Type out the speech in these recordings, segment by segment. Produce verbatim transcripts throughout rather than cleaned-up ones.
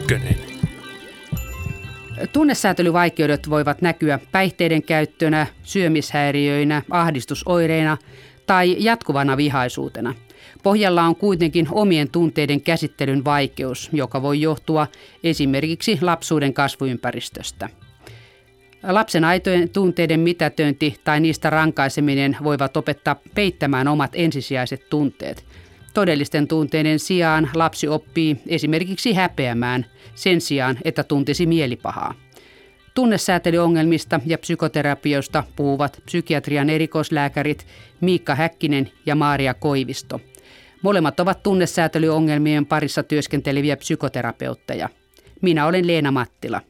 Ykkönen. Tunnesäätelyvaikeudet voivat näkyä päihteiden käyttönä, syömishäiriöinä, ahdistusoireina tai jatkuvana vihaisuutena. Pohjalla on kuitenkin omien tunteiden käsittelyn vaikeus, joka voi johtua esimerkiksi lapsuuden kasvuympäristöstä. Lapsen aitojen tunteiden mitätöinti tai niistä rankaiseminen voivat opettaa peittämään omat ensisijaiset tunteet. Todellisten tunteiden sijaan lapsi oppii esimerkiksi häpeämään sen sijaan, että tuntisi mielipahaa. Tunnesäätelyongelmista ja psykoterapioista puhuvat psykiatrian erikoislääkärit Miikka Häkkinen ja Maaria Koivisto. Molemmat ovat tunnesäätelyongelmien parissa työskenteleviä psykoterapeutteja. Minä olen Leena Mattila.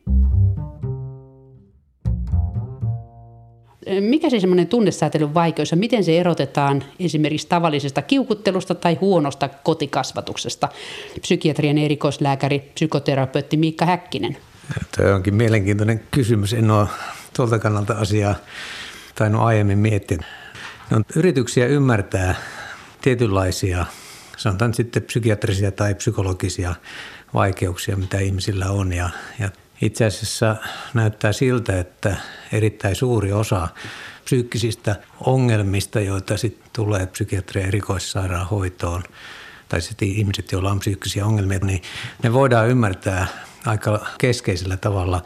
Mikä se semmoinen tunnesäätelyn vaikeus ja miten se erotetaan esimerkiksi tavallisesta kiukuttelusta tai huonosta kotikasvatuksesta? Psykiatrian erikoislääkäri, psykoterapeutti Miikka Häkkinen. Tämä onkin mielenkiintoinen kysymys. En ole tuolta kannalta asiaa tainnut aiemmin miettiä. On yrityksiä ymmärtää tietynlaisia, sanotaan sitten psykiatrisia tai psykologisia vaikeuksia, mitä ihmisillä on. Ja, ja itse asiassa näyttää siltä, että erittäin suuri osa psyykkisistä ongelmista, joita sitten tulee psykiatrian erikoissairaanhoitoon, tai sitten ihmiset, joilla on psyykkisiä ongelmia, niin ne voidaan ymmärtää aika keskeisellä tavalla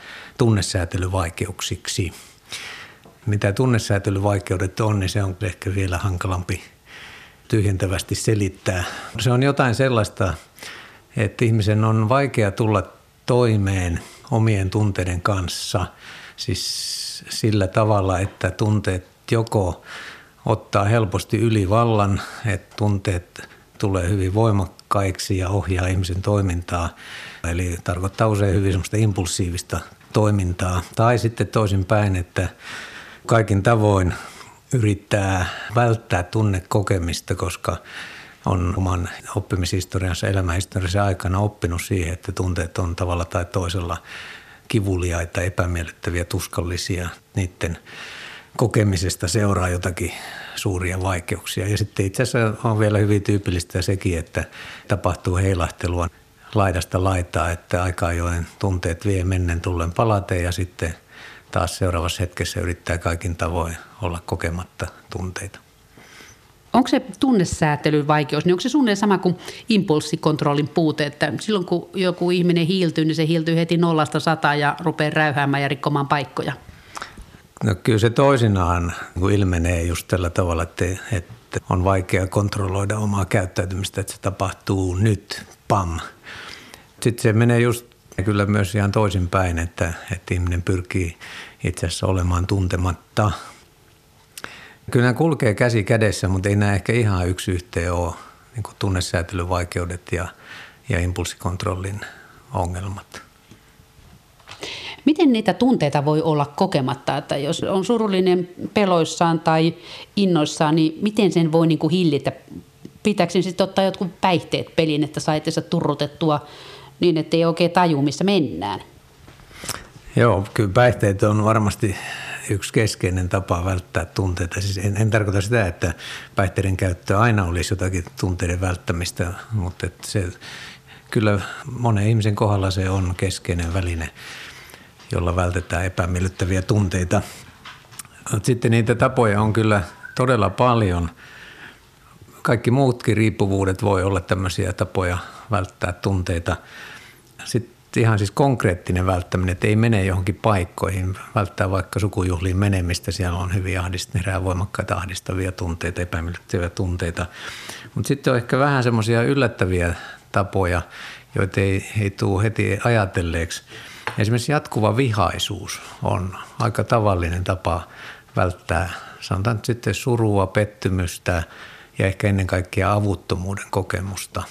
tunnesäätelyvaikeuksiksi. Mitä tunnesäätelyvaikeudet on, niin se on ehkä vielä hankalampi tyhjentävästi selittää. Se on jotain sellaista, että ihmisen on vaikea tulla toimeen omien tunteiden kanssa, siis sillä tavalla, että tunteet joko ottaa helposti ylivallan, että tunteet tulee hyvin voimakkaiksi ja ohjaa ihmisen toimintaa, eli tarkoittaa usein hyvin semmoista impulsiivista toimintaa, tai sitten toisinpäin, että kaikin tavoin yrittää välttää tunnekokemista, koska on oman oppimishistoriansa, elämänhistoriansa aikana oppinut siihen, että tunteet on tavalla tai toisella kivuliaita, epämiellyttäviä, tuskallisia. Niiden kokemisesta seuraa jotakin suuria vaikeuksia. Ja sitten itse asiassa on vielä hyvin tyypillistä sekin, että tapahtuu heilahtelua laidasta laitaa, että aika ajoin tunteet vie mennen tullen palateen ja sitten taas seuraavassa hetkessä yrittää kaikin tavoin olla kokematta tunteita. Onko se tunnesäätelyn vaikeus, niin onko se suunnilleen sama kuin impulssikontrollin puute, että silloin kun joku ihminen hiiltyy, niin se hiiltyy heti nollasta sataan ja rupeaa räyhäämään ja rikkomaan paikkoja? No kyllä se toisinaan ilmenee just tällä tavalla, että, että on vaikea kontrolloida omaa käyttäytymistä, että se tapahtuu nyt, pam. Sitten se menee just kyllä myös ihan toisinpäin, että, että ihminen pyrkii itse asiassa olemaan tuntematta. Kyllä nämä kulkee käsi kädessä, mutta ei nämä ehkä ihan yksi yhteen ole niin kuin tunnesäätelyvaikeudet ja, ja impulssikontrollin ongelmat. Miten niitä tunteita voi olla kokematta, että jos on surullinen peloissaan tai innoissaan, niin miten sen voi niin kuin hillitä? Pitääkö sen sitten ottaa jotkut päihteet peliin, että saa itseensä turrutettua niin, että ei oikein taju, missä mennään? Joo, kyllä päihteet on varmasti yksi keskeinen tapa välttää tunteita. Siis en, en tarkoita sitä, että päihteiden käyttö aina olisi jotakin tunteiden välttämistä, mutta että se, kyllä monen ihmisen kohdalla se on keskeinen väline, jolla vältetään epämiellyttäviä tunteita. Sitten niitä tapoja on kyllä todella paljon. Kaikki muutkin riippuvuudet voi olla tämmöisiä tapoja välttää tunteita. Sitten ihan siis konkreettinen välttäminen, että ei mene johonkin paikkoihin, välttää vaikka sukujuhliin menemistä. Siellä on hyvin ahdistavia, voimakkaita ahdistavia tunteita, epämiellyttäviä tunteita. Mutta sitten on ehkä vähän semmoisia yllättäviä tapoja, joita ei, ei tule heti ajatelleeksi. Esimerkiksi jatkuva vihaisuus on aika tavallinen tapa välttää, sanotaan nyt sitten surua, pettymystä ja ehkä ennen kaikkea avuttomuuden kokemusta.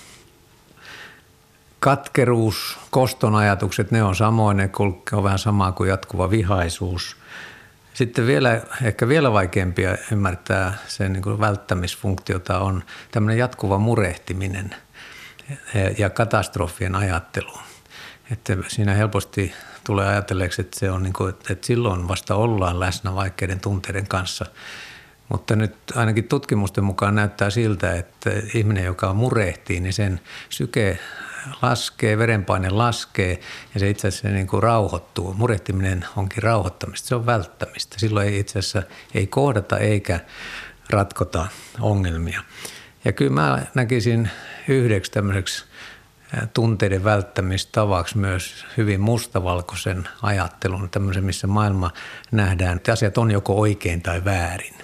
Katkeruus, koston ajatukset, ne on samoin, ne on vähän samaa kuin jatkuva vihaisuus. Sitten vielä, ehkä vielä vaikeampia ymmärtää sen niin kuin välttämisfunktiota on tämmöinen jatkuva murehtiminen ja katastrofien ajattelu. Että siinä helposti tulee ajatelleeksi, että, se on niin kuin, että silloin vasta ollaan läsnä vaikeiden tunteiden kanssa. Mutta nyt ainakin tutkimusten mukaan näyttää siltä, että ihminen, joka murehtii, niin sen syke laskee, verenpaine laskee ja se itse asiassa niin kuin rauhoittuu. Murehtiminen onkin rauhoittamista, se on välttämistä. Silloin ei itse asiassa ei kohdata eikä ratkota ongelmia. Ja kyllä mä näkisin yhdeksi tämmöiseksi tunteiden välttämistavaksi myös hyvin mustavalkoisen ajattelun, tämmöisen, missä maailma nähdään, että asiat on joko oikein tai väärin.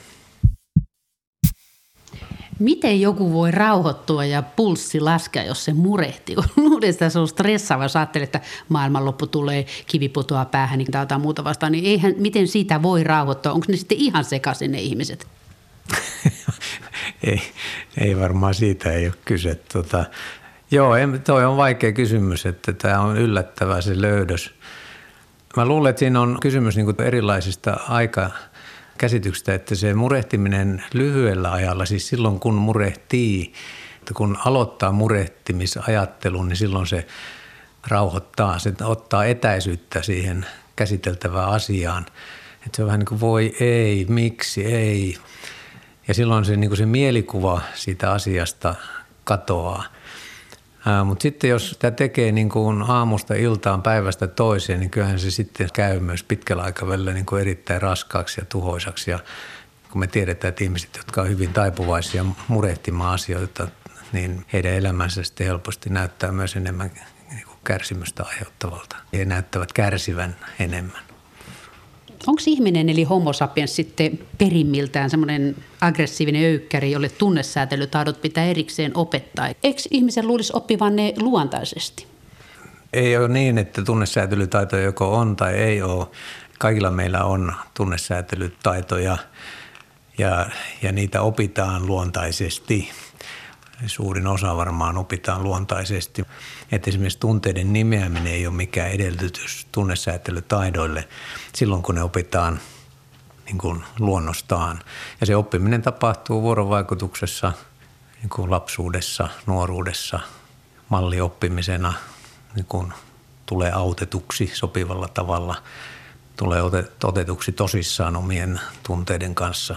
Miten joku voi rauhoittua ja pulssi laskea, jos se murehtii? Luulen, että se on stressaava, jos ajattelee, että maailmanloppu tulee, kivi putoaa päähän tai jotain muuta vastaan, niin eihän, miten siitä voi rauhoittua? Onko ne sitten ihan sekaisin ne ihmiset? ei, ei varmaan siitä ei ole kyse. Tota, joo, toi on vaikea kysymys, että tämä on yllättävää se löydös. Mä luulen, että siinä on kysymys niin kuin erilaisista aika käsityksestä, että se murehtiminen lyhyellä ajalla, siis silloin kun murehtii, että kun aloittaa murehtimisajattelun, niin silloin se rauhoittaa, se ottaa etäisyyttä siihen käsiteltävään asiaan. Että se on vähän niin kuin voi, ei, miksi, ei. Ja silloin se, niin kuin se mielikuva siitä asiasta katoaa. Mutta sitten jos tämä tekee niin kuin aamusta iltaan päivästä toiseen, niin kyllähän se sitten käy myös pitkällä aikavälillä niin kuin erittäin raskaaksi ja tuhoisaksi. Ja kun me tiedetään, että ihmiset, jotka ovat hyvin taipuvaisia murehtimaan asioita, niin heidän elämänsä sitten helposti näyttää myös enemmän niin kuin kärsimystä aiheuttavalta. He näyttävät kärsivän enemmän. Onko ihminen eli homo sapiens sitten perimmiltään semmoinen aggressiivinen öykkäri, jolle tunnesäätelytaidot pitää erikseen opettaa? Eikö ihmisen luulisi oppivan ne luontaisesti? Ei ole niin, että tunnesäätelytaitoja joko on tai ei ole. Kaikilla meillä on tunnesäätelytaitoja ja, ja niitä opitaan luontaisesti. Suurin osa varmaan opitaan luontaisesti. Että esimerkiksi tunteiden nimeäminen ei ole mikään edellytys tunnesäätelytaidoille silloin, kun ne opitaan niin kuin luonnostaan. Ja se oppiminen tapahtuu vuorovaikutuksessa niin kuin lapsuudessa, nuoruudessa, mallioppimisena, niin kuin tulee autetuksi sopivalla tavalla, tulee otetuksi tosissaan omien tunteiden kanssa.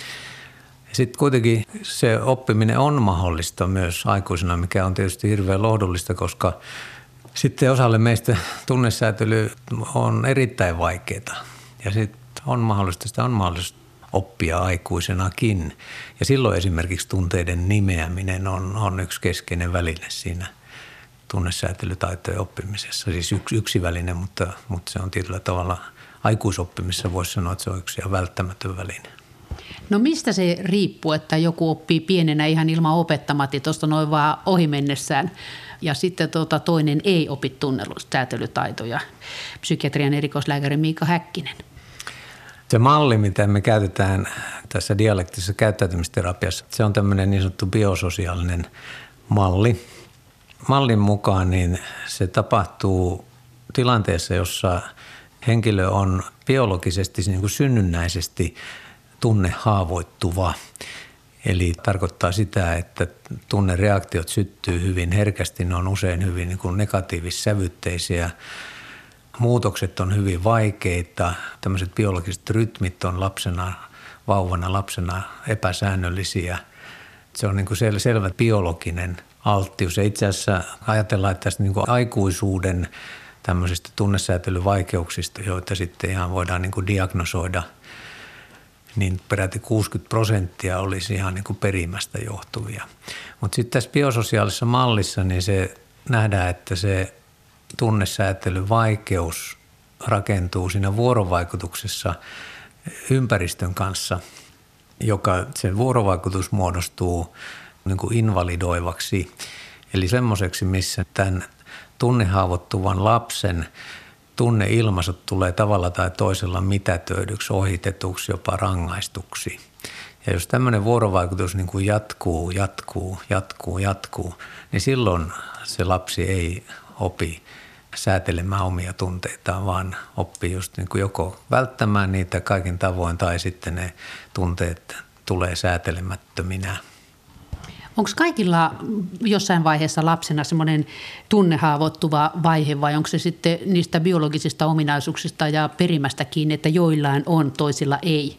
Sitten kuitenkin se oppiminen on mahdollista myös aikuisena, mikä on tietysti hirveän lohdullista, koska sitten osalle meistä tunnesäätely on erittäin vaikeaa. Ja sitten on mahdollista, sitä on mahdollista oppia aikuisenakin. Ja silloin esimerkiksi tunteiden nimeäminen on, on yksi keskeinen väline siinä tunnesäätelytaitojen oppimisessa. Siis yksi, yksi väline, mutta, mutta se on tietyllä tavalla aikuisoppimisessa voisi sanoa, että se on yksi ihan välttämätön väline. No mistä se riippuu, että joku oppii pienenä ihan ilman opettamatta, tuosta noin vaan ohi mennessään ja sitten tuota, toinen ei opi tunnesäätelytaitoja? Psykiatrian erikoislääkäri Miika Häkkinen. Se malli, mitä me käytetään tässä dialektisessa käyttäytymisterapiassa, se on tämmöinen niin sanottu biososiaalinen malli. Mallin mukaan niin se tapahtuu tilanteessa, jossa henkilö on biologisesti niin kuin synnynnäisesti tunnehaavoittuva. Eli tarkoittaa sitä, että tunnereaktiot syttyy hyvin herkästi, ne on usein hyvin niin kuin negatiivissävytteisiä. Muutokset on hyvin vaikeita, tämmöiset biologiset rytmit on lapsena, vauvana lapsena epäsäännöllisiä. Se on niin kuin sel- selvä biologinen alttius. Ja itse asiassa ajatellaan, että tästä niin kuin aikuisuuden tämmöisistä tunnesäätelyvaikeuksista, joita sitten ihan voidaan niin kuin diagnosoida, niin peräti kuusikymmentä prosenttia olisi ihan niin kuin perimästä johtuvia. Mutta sitten tässä biososiaalisessa mallissa niin se nähdään, että se tunnesäätelyvaikeus rakentuu siinä vuorovaikutuksessa ympäristön kanssa, joka sen vuorovaikutus muodostuu niin kuin invalidoivaksi. Eli semmoiseksi, missä tämän tunnehaavoittuvan lapsen tunneilmaisut tulee tavalla tai toisella mitätöidyksi, ohitetuksi, jopa rangaistuksi. Ja jos tämmöinen vuorovaikutus niin kuin jatkuu, jatkuu, jatkuu, jatkuu, niin silloin se lapsi ei opi säätelemään omia tunteitaan, vaan oppii just niin kuin joko välttämään niitä kaikin tavoin tai sitten ne tunteet tulee säätelemättöminä. Onko kaikilla jossain vaiheessa lapsena semmoinen tunnehaavoittuva vaihe vai onko se sitten niistä biologisista ominaisuuksista ja perimästä kiinni, että joillain on, toisilla ei?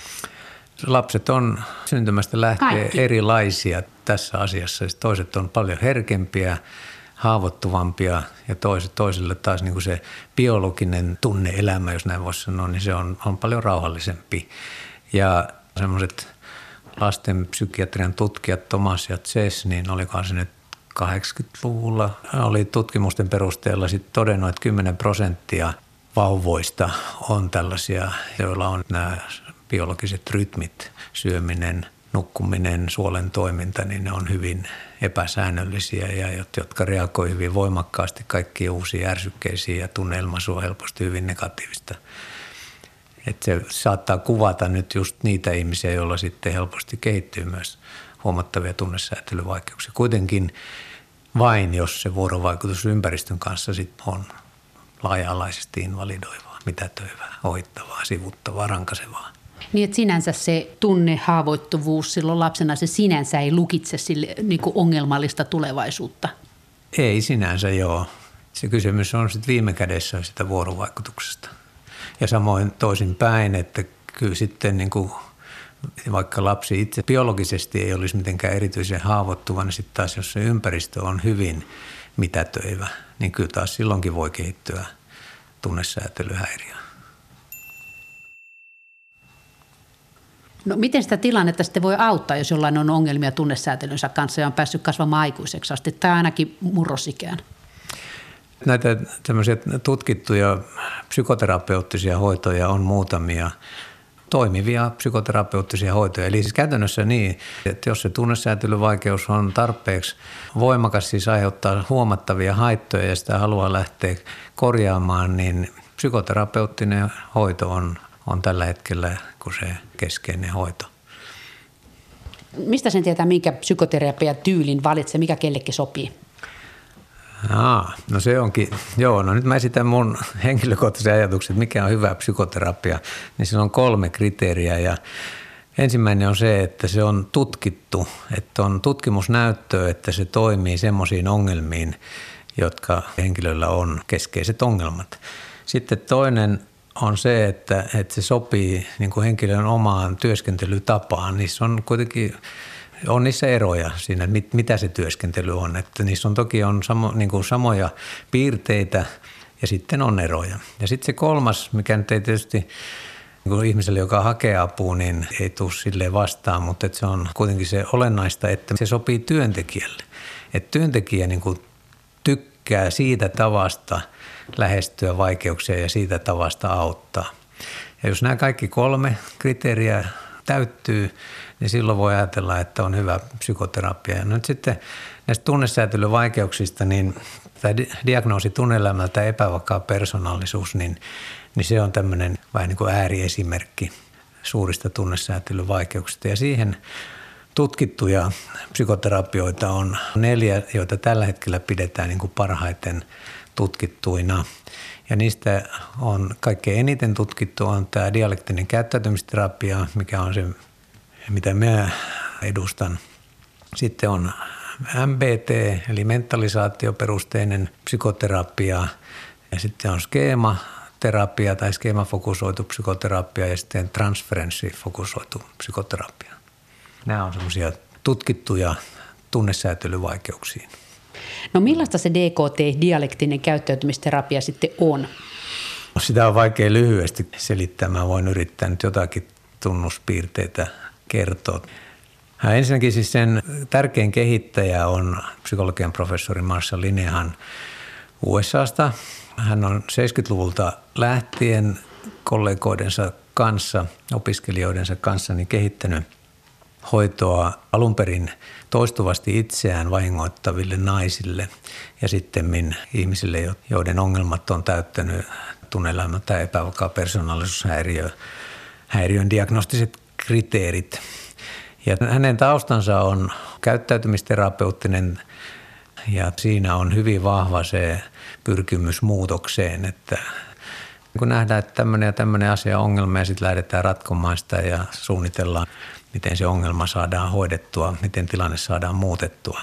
Lapset on syntymästä lähtien Kaikki. erilaisia tässä asiassa. Toiset on paljon herkempiä haavoittuvampia ja toiset, toisille taas niin kuin se biologinen tunne-elämä, jos näin voisi sanoa, niin se on, on paljon rauhallisempi. Ja semmoiset lasten psykiatrian tutkijat Thomas ja Chess, niin olikohan se nyt kahdeksankymmentäluvulla, oli tutkimusten perusteella sitten todennut, että kymmenen prosenttia vauvoista on tällaisia, joilla on nämä biologiset rytmit, syöminen, nukkuminen, suolen toiminta, niin ne on hyvin epäsäännöllisiä ja jotka reagoi hyvin voimakkaasti kaikkiin uusiin ärsykkeisiin ja tunneilmaisu on helposti hyvin negatiivista. Että se saattaa kuvata nyt just niitä ihmisiä, joilla sitten helposti kehittyy myös huomattavia tunnesäätelyvaikeuksia. Kuitenkin vain, jos se vuorovaikutus ympäristön kanssa sitten on laaja-alaisesti invalidoivaa, mitätöivää, ohittavaa, sivuttavaa, rankasevaa. Niin, että sinänsä se tunnehaavoittuvuus silloin lapsena, se sinänsä ei lukitse sille niin kuin ongelmallista tulevaisuutta. Ei sinänsä, joo. Se kysymys on sitten viime kädessä sitä vuorovaikutuksesta. Ja samoin toisin päin, että kyllä sitten niin kuin, vaikka lapsi itse biologisesti ei olisi mitenkään erityisen haavoittuva, niin sitten taas jos se ympäristö on hyvin mitätöivä, niin kyllä taas silloinkin voi kehittyä tunnesäätelyhäiriö. No miten sitä tilannetta sitten voi auttaa, jos jollain on ongelmia tunnesäätelynsä kanssa ja on päässyt kasvamaan aikuiseksi asti tai ainakin murrosikään? Näitä tämmöisiä tutkittuja psykoterapeuttisia hoitoja on muutamia toimivia psykoterapeuttisia hoitoja. Eli siis käytännössä niin, että jos se tunnesäätelyvaikeus on tarpeeksi voimakas, siis aiheuttaa huomattavia haittoja ja sitä haluaa lähteä korjaamaan, niin psykoterapeuttinen hoito on, on tällä hetkellä kuin se keskeinen hoito. Mistä sen tietää, minkä psykoterapiatyylin valitsee, mikä kellekin sopii? Aa, no se onkin, joo, no nyt mä esitän mun henkilökohtaisen ajatuksen, että mikä on hyvä psykoterapia, niin siinä on kolme kriteeriä ja ensimmäinen on se, että se on tutkittu, että on tutkimusnäyttöä, että se toimii semmoisiin ongelmiin, jotka henkilöllä on keskeiset ongelmat. Sitten toinen on se, että, että se sopii niin kuin henkilön omaan työskentelytapaan, niissä on kuitenkin on niissä eroja siinä, että mitä se työskentely on. Että niissä on toki on samo, niin kuin samoja piirteitä ja sitten on eroja. Ja sitten se kolmas, mikä nyt ei tietysti niin kuin ihmiselle, joka hakee apua, niin ei tule silleen vastaan, mutta että se on kuitenkin se olennaista, että se sopii työntekijälle. Että työntekijä niin kuin tykkää siitä tavasta lähestyä vaikeuksia ja siitä tavasta auttaa. Ja jos nämä kaikki kolme kriteeriä täyttyy, niin silloin voi ajatella, että on hyvä psykoterapia. Ja nyt sitten näistä tunnesäätelyvaikeuksista, niin tämä diagnoosi tunneelämältä epävakaa persoonallisuus, niin, niin se on tämmöinen vähän niin kuin ääriesimerkki suurista tunnesäätelyvaikeuksista. Ja siihen tutkittuja psykoterapioita on neljä, joita tällä hetkellä pidetään niin kuin parhaiten tutkittuina. Ja niistä on kaikkein eniten tutkittu on tämä dialektinen käyttäytymisterapia, mikä on se, mitä minä edustan. Sitten on M B T, eli mentalisaatioperusteinen psykoterapia. Ja sitten on skeematerapia tai skeemafokusoitu psykoterapia ja sitten transferenssifokusoitu psykoterapia. Nämä on semmoisia tutkittuja tunnesäätelyvaikeuksiin. No millaista se D K T, dialektinen käyttäytymisterapia, sitten on? Sitä on vaikea lyhyesti selittää. Mä voin yrittää nyt jotakin tunnuspiirteitä kertoa. Ensinnäkin siis sen tärkein kehittäjä on psykologian professori Marshall Linehan U S A:sta. Hän on seitsemänkymmentäluvulta lähtien kollegoidensa kanssa, opiskelijoidensa kanssa niin kehittänyt hoitoa alun perin toistuvasti itseään vahingoittaville naisille ja sitten ihmisille, joiden ongelmat on täyttänyt tunneelämä tai epävakaa persoonallisuushäiriö, häiriön diagnostiset kriteerit. Ja hänen taustansa on käyttäytymisterapeuttinen ja siinä on hyvin vahva se pyrkimys muutokseen, että kun nähdään, että tämmöinen ja tämmöinen asia on ongelma ja sitten lähdetään ratkomaan sitä ja suunnitellaan, miten se ongelma saadaan hoidettua, miten tilanne saadaan muutettua.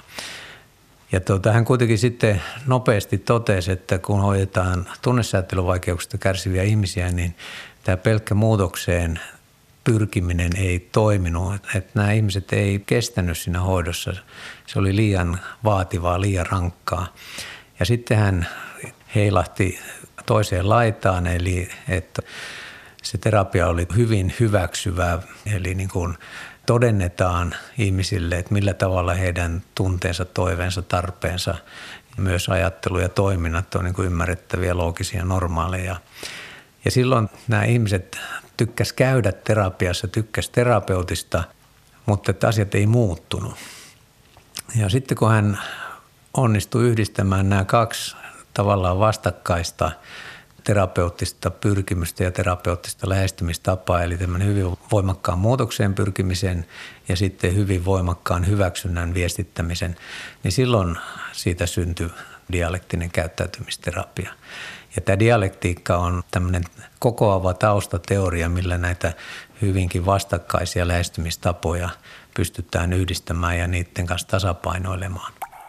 Ja tuota, hän kuitenkin sitten nopeasti totesi, että kun hoidetaan tunnesäätelyvaikeuksista kärsiviä ihmisiä, niin tämä pelkkä muutokseen pyrkiminen ei toiminut, että nämä ihmiset ei kestänyt siinä hoidossa. Se oli liian vaativaa, liian rankkaa. Ja sitten hän heilahti toiseen laitaan, eli että se terapia oli hyvin hyväksyvää, eli niin kuin todennetaan ihmisille, että millä tavalla heidän tunteensa, toiveensa, tarpeensa, myös ajattelu ja toiminnat on niin kuin ymmärrettäviä, loogisia, normaaleja. Ja silloin nämä ihmiset tykkäs käydä terapiassa, tykkäs terapeutista, mutta että asiat ei muuttunut. Ja sitten kun hän onnistui yhdistämään nämä kaksi tavallaan vastakkaista terapeuttista pyrkimystä ja terapeuttista lähestymistapaa, eli tämmöinen hyvin voimakkaan muutokseen pyrkimisen ja sitten hyvin voimakkaan hyväksynnän viestittämisen, niin silloin siitä syntyi dialektinen käyttäytymisterapia. Ja tämä dialektiikka on tämmöinen kokoava taustateoria, millä näitä hyvinkin vastakkaisia lähestymistapoja pystytään yhdistämään ja niiden kanssa tasapainoilemaan.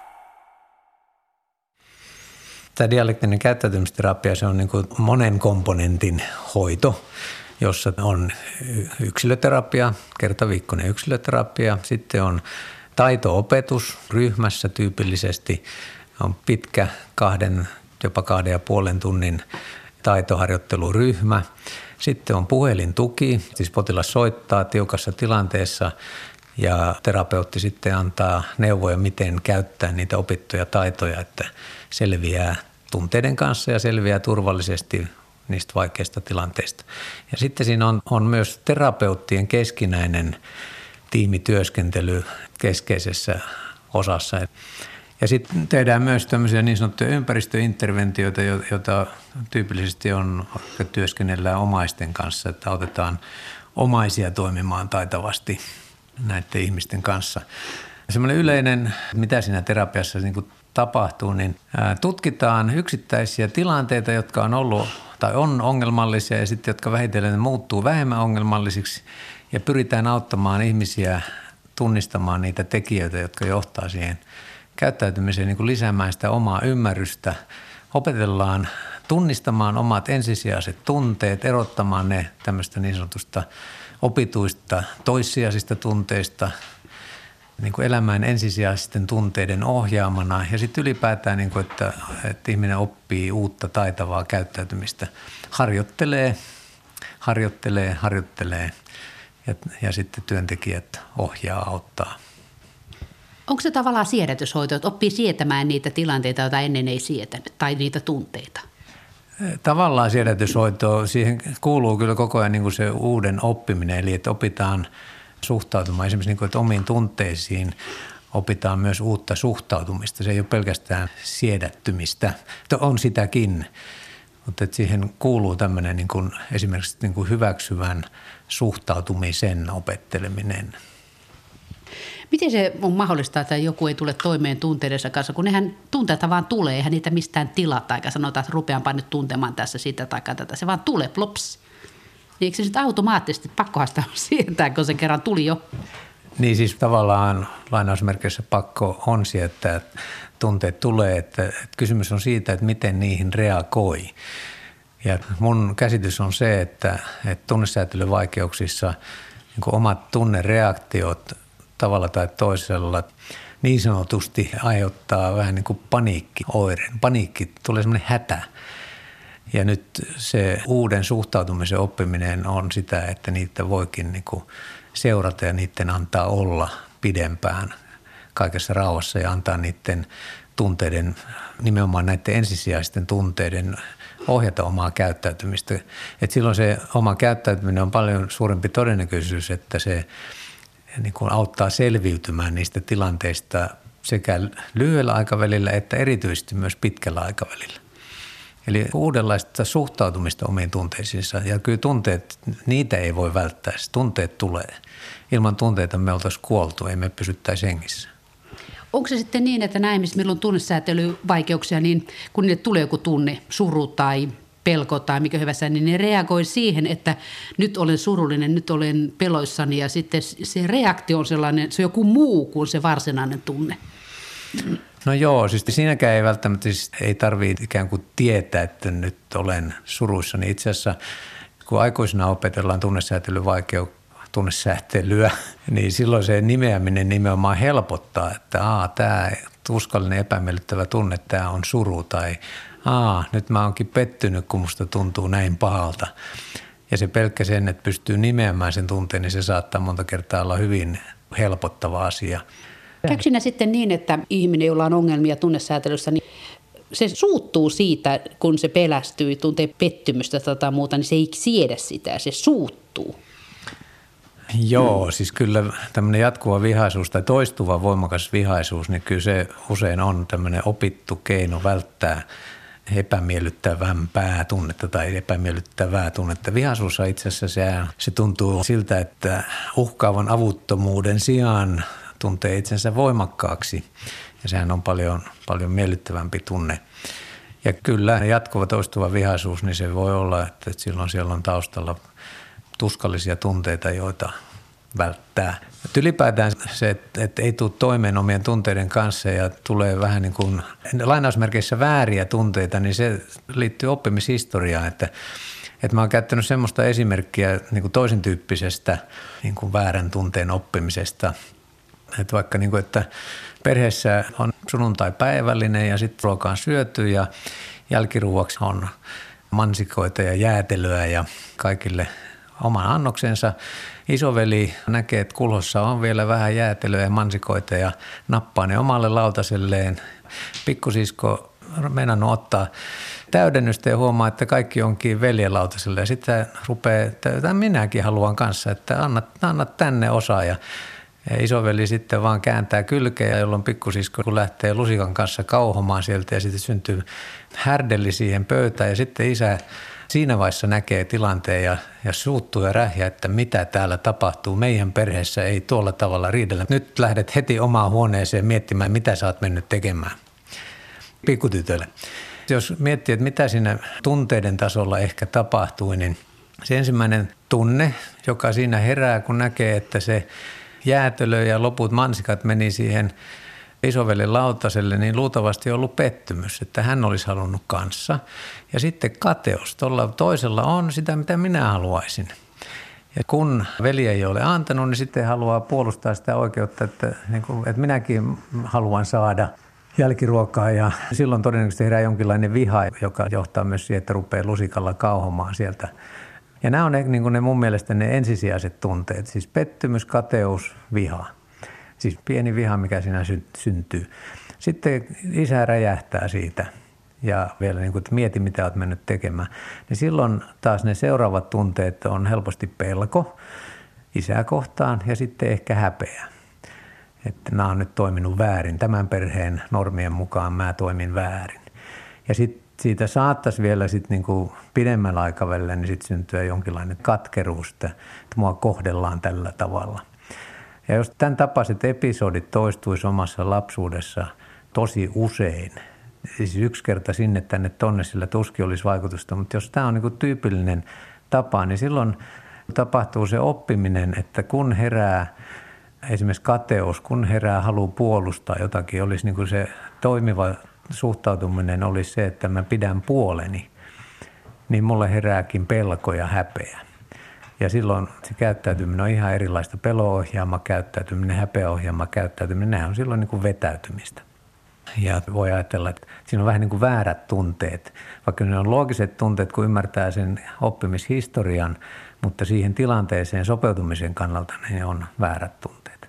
Tämä dialektinen käyttäytymisterapia, se on niin kuin monen komponentin hoito, jossa on yksilöterapia, kertaviikkoinen yksilöterapia, sitten on taito-opetus ryhmässä tyypillisesti, on pitkä kahden, jopa kahden ja puolen tunnin taitoharjoitteluryhmä, sitten on puhelintuki, siis potilas soittaa tiukassa tilanteessa ja terapeutti sitten antaa neuvoja, miten käyttää niitä opittuja taitoja, että selviää tunteiden kanssa ja selviää turvallisesti niistä vaikeista tilanteista. Ja sitten siinä on, on myös terapeuttien keskinäinen tiimityöskentely keskeisessä osassa. Ja sitten tehdään myös tämmöisiä niin sanottuja ympäristöinterventioita, joita tyypillisesti on, työskennellään omaisten kanssa, että autetaan omaisia toimimaan taitavasti näiden ihmisten kanssa. Semmoinen yleinen, mitä siinä terapiassa niin kuin tapahtuu, niin tutkitaan yksittäisiä tilanteita, jotka on ollut tai on ongelmallisia ja sitten jotka vähitellen muuttuu vähemmän ongelmallisiksi ja pyritään auttamaan ihmisiä tunnistamaan niitä tekijöitä, jotka johtaa siihen käyttäytymiseen, niin kuin lisäämään sitä omaa ymmärrystä. Opetellaan tunnistamaan omat ensisijaiset tunteet, erottamaan ne tämmöistä niin sanotusta opituista toissijaisista tunteista, niin kuin elämään ensisijaisten tunteiden ohjaamana ja sitten ylipäätään, niin kuin, että, että ihminen oppii uutta taitavaa käyttäytymistä, harjoittelee, harjoittelee, harjoittelee ja, ja sitten työntekijät ohjaa, auttaa. Onko se tavallaan siedätyshoito, että oppii sietämään niitä tilanteita, joita ennen ei sietänyt, tai niitä tunteita? Tavallaan siedätyshoito, siihen kuuluu kyllä koko ajan niin kuin se uuden oppiminen, eli että opitaan suhtautumaan esimerkiksi niin kuin, että omiin tunteisiin opitaan myös uutta suhtautumista. Se ei ole pelkästään siedättymistä, on sitäkin, mutta että siihen kuuluu tämmöinen niin kuin, esimerkiksi niin kuin hyväksyvän suhtautumisen opetteleminen. Miten se on mahdollista, että joku ei tule toimeen tunteidensa kanssa, kun nehän tunteita vaan tulee, eihän niitä mistään tilata, eikä sanota, että rupeanpa nyt tuntemaan tässä sitä tai tätä. Se vaan tulee, plops. Niin eikö se sitten automaattisesti pakkohan sitä sietää, kun se kerran tuli jo? Niin siis tavallaan lainausmerkeissä pakko on sietää, että tunteet tulee, että, että kysymys on siitä, että miten niihin reagoi. Ja mun käsitys on se, että, että tunnesäätelyvaikeuksissa niin kuin omat tunnereaktiot tavalla tai toisella niin sanotusti aiheuttaa vähän niin kuin paniikkioireen. Paniikki, tulee semmoinen hätä. Ja nyt se uuden suhtautumisen oppiminen on sitä, että niitä voikin niin kuin seurata ja niiden antaa olla pidempään kaikessa rauhassa ja antaa niiden tunteiden, nimenomaan näiden ensisijaisten tunteiden ohjata omaa käyttäytymistä. Et silloin se oma käyttäytyminen on paljon suurempi todennäköisyys, että se niin kuin auttaa selviytymään niistä tilanteista sekä lyhyellä aikavälillä että erityisesti myös pitkällä aikavälillä. Eli uudenlaista suhtautumista omiin tunteisiinsa ja kyllä tunteet, niitä ei voi välttää, tunteet tulee. Ilman tunteita me oltaisiin kuoltu, ei me pysyttäisi hengissä. Onko se sitten niin, että nämä ihmiset, millä on tunnesäätelyvaikeuksia, niin kun niille tulee joku tunne, suru tai pelko tai mikä hyvänsä, niin ne reagoi siihen, että nyt olen surullinen, nyt olen peloissani ja sitten se reaktio on sellainen, se on joku muu kuin se varsinainen tunne. No joo, siis siinäkään ei välttämättä, siis ei tarvitse ikään kuin tietää, että nyt olen suruissani. Itse asiassa kun aikuisena opetellaan tunnesäätelyvaikeuksia tunnesäätelyä, niin silloin se nimeäminen nimenomaan helpottaa, että aa, tämä tuskallinen epämiellyttävä tunne, tämä on suru tai aa, nyt mä oonkin pettynyt, kun musta tuntuu näin pahalta. Ja se pelkkä sen, että pystyy nimeämään sen tunteen, niin se saattaa monta kertaa olla hyvin helpottava asia. Käykö siinä sitten niin, että ihminen, jolla on ongelmia tunnesäätelyssä, niin se suuttuu siitä, kun se pelästyy, tuntee pettymystä tai muuta, niin se ei siedä sitä, se suuttuu. Joo, siis kyllä tämmöinen jatkuva vihaisuus tai toistuva voimakas vihaisuus, niin kyllä se usein on tämmöinen opittu keino välttää epämiellyttävämpää tunnetta tai epämiellyttävää tunnetta. Vihaisuus on itse asiassa se, se tuntuu siltä, että uhkaavan avuttomuuden sijaan tuntee itsensä voimakkaaksi ja sehän on paljon, paljon miellyttävämpi tunne. Ja kyllä jatkuva toistuva vihaisuus, niin se voi olla, että silloin siellä on taustalla tuskallisia tunteita, joita välttää. Et ylipäätään se, että et ei tule toimeen omien tunteiden kanssa ja tulee vähän niin kuin lainausmerkeissä vääriä tunteita, niin se liittyy oppimishistoriaan, että että mä oon käyttänyt semmoista esimerkkiä niin kuin toisen tyyppisestä niin kuin väärän tunteen oppimisesta. Että vaikka niin kuin, että perheessä on sunnuntai-päivällinen ja sitten ruoka on syöty ja jälkiruuaksi on mansikoita ja jäätelöä ja kaikille oman annoksensa. Isoveli näkee, että kulhossa on vielä vähän jäätelöä ja mansikoita ja nappaa ne omalle lautaselleen. Pikkusisko meinannut ottaa täydennystä ja huomaa, että kaikki onkin veljen lautaselle. Ja sitten rupeaa, että minäkin haluan kanssa, että anna, anna tänne osaa. Ja isoveli sitten vaan kääntää kylkeä, jolloin pikkusisko kun lähtee lusikan kanssa kauhomaan sieltä ja sitten syntyy härdelli siihen pöytään. Ja sitten isä siinä vaiheessa näkee tilanteen ja, ja suuttuu ja rähjää, että mitä täällä tapahtuu. Meidän perheessä ei tuolla tavalla riidellä. Nyt lähdet heti omaan huoneeseen miettimään, mitä sä oot mennyt tekemään pikkutytölle. Jos miettii, että mitä siinä tunteiden tasolla ehkä tapahtui, niin se ensimmäinen tunne, joka siinä herää, kun näkee, että se jäätelö ja loput mansikat meni siihen isovelen lautaselle, niin luultavasti on ollut pettymys, että hän olisi halunnut kanssa. Ja sitten kateus. Tuolla toisella on sitä, mitä minä haluaisin. Ja kun veli ei ole antanut, niin sitten haluaa puolustaa sitä oikeutta, että, että minäkin haluan saada jälkiruokaa. Ja silloin todennäköisesti herää jonkinlainen viha, joka johtaa myös siihen, että rupeaa lusikalla kauhomaan sieltä. Ja nämä on ne, niin kuin ne mun mielestä ne ensisijaiset tunteet, siis pettymys, kateus, viha. Siis pieni viha, mikä siinä syntyy. Sitten isä räjähtää siitä ja vielä niin kuin, että mieti, mitä olet mennyt tekemään. Niin silloin taas ne seuraavat tunteet on helposti pelko isää kohtaan ja sitten ehkä häpeä. Että nämä on nyt toiminut väärin. Tämän perheen normien mukaan mä toimin väärin. Ja sitten siitä saattaisi vielä sit niinku pidemmällä aikavälillä niin sit syntyä jonkinlainen katkeruus, että mua kohdellaan tällä tavalla. Ja jos tämän tapaiset episodit toistuisi omassa lapsuudessa tosi usein, siis yksi kerta sinne tänne tonne sillä tuskin olisi vaikutusta, mutta jos tämä on niinku tyypillinen tapa, niin silloin tapahtuu se oppiminen, että kun herää esimerkiksi kateus, kun herää halu puolustaa jotakin, olisi niinku se toimiva suhtautuminen olisi se, että mä pidän puoleni, niin mulle herääkin pelko ja häpeä. Ja silloin se käyttäytyminen on ihan erilaista. Pelo-ohjaama käyttäytyminen, häpeäohjaama käyttäytyminen, nämä on silloin niin kuin vetäytymistä. Ja voi ajatella, että siinä on vähän niin kuin väärät tunteet. Vaikka ne on loogiset tunteet, kun ymmärtää sen oppimishistorian, mutta siihen tilanteeseen sopeutumisen kannalta ne on väärät tunteet.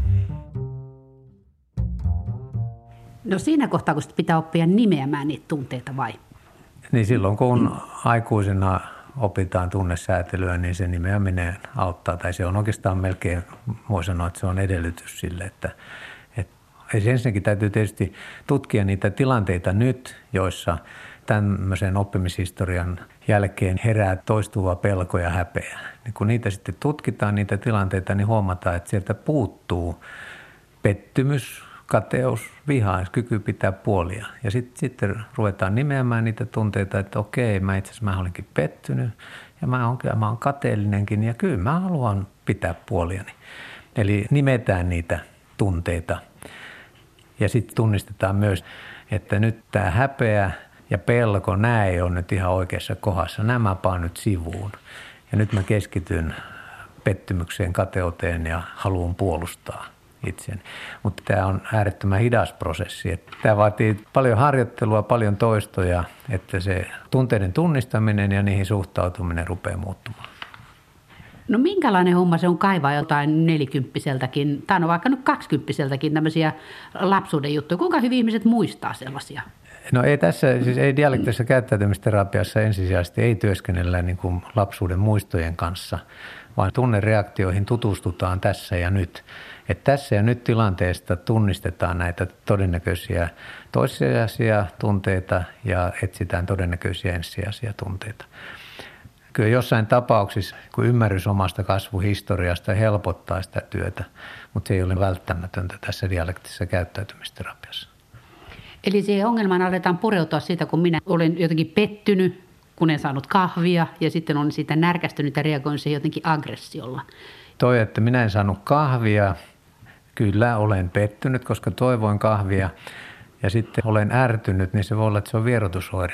No siinä kohtaa, kun pitää oppia nimeämään niitä tunteita vai? Niin silloin, kun aikuisena opitaan tunnesäätelyä, niin se nimeäminen auttaa. Tai se on oikeastaan melkein, voi sanoa, että se on edellytys sille, että, että ensinnäkin täytyy tietysti tutkia niitä tilanteita nyt, joissa tämmöisen oppimishistorian jälkeen herää toistuva pelko ja häpeä. Niin kun niitä sitten tutkitaan, niitä tilanteita, niin huomataan, että sieltä puuttuu pettymys, kateus, viha, kyky pitää puolia. Ja sitten sit ruvetaan nimeämään niitä tunteita, että okei, mä itse asiassa mä olenkin pettynyt ja mä oon, mä oon kateellinenkin ja kyllä mä haluan pitää puoliani. Eli nimetään niitä tunteita ja sitten tunnistetaan myös, että nyt tämä häpeä ja pelko, nämä ei ole nyt ihan oikeassa kohdassa. Nämä paan nyt sivuun ja nyt mä keskityn pettymykseen, kateuteen ja haluun puolustaa itseäni. Mutta tämä on äärettömän hidas prosessi. Tämä vaatii paljon harjoittelua, paljon toistoja, että se tunteiden tunnistaminen ja niihin suhtautuminen rupeaa muuttumaan. No minkälainen homma se on kaivaa jotain nelikymppiseltäkin, tai no vaikka nyt kaksikymppiseltäkin tämmöisiä lapsuuden juttuja. Kuinka hyvin ihmiset muistaa sellaisia? No ei tässä, siis ei dialektisessa käyttäytymisterapiassa ensisijaisesti ei työskennellä niin kuin lapsuuden muistojen kanssa, vaan tunnereaktioihin tutustutaan tässä ja nyt. Että tässä ja nyt tilanteesta tunnistetaan näitä todennäköisiä toissijaisia tunteita ja etsitään todennäköisiä ensisijaisia tunteita. Kyllä jossain tapauksissa, kun ymmärrys omasta kasvuhistoriasta helpottaa sitä työtä, mutta se ei ole välttämätöntä tässä dialektisessa käyttäytymisterapiassa. Eli siihen ongelmaan aletaan pureutua siitä, kun minä olen jotenkin pettynyt, kun en saanut kahvia ja sitten olen siitä närkästynyt ja reagoin siihen jotenkin aggressiolla. Toi, että minä en saanut kahvia, kyllä olen pettynyt, koska toivoin kahvia ja sitten olen ärtynyt, niin se voi olla, että se on vierotusoire.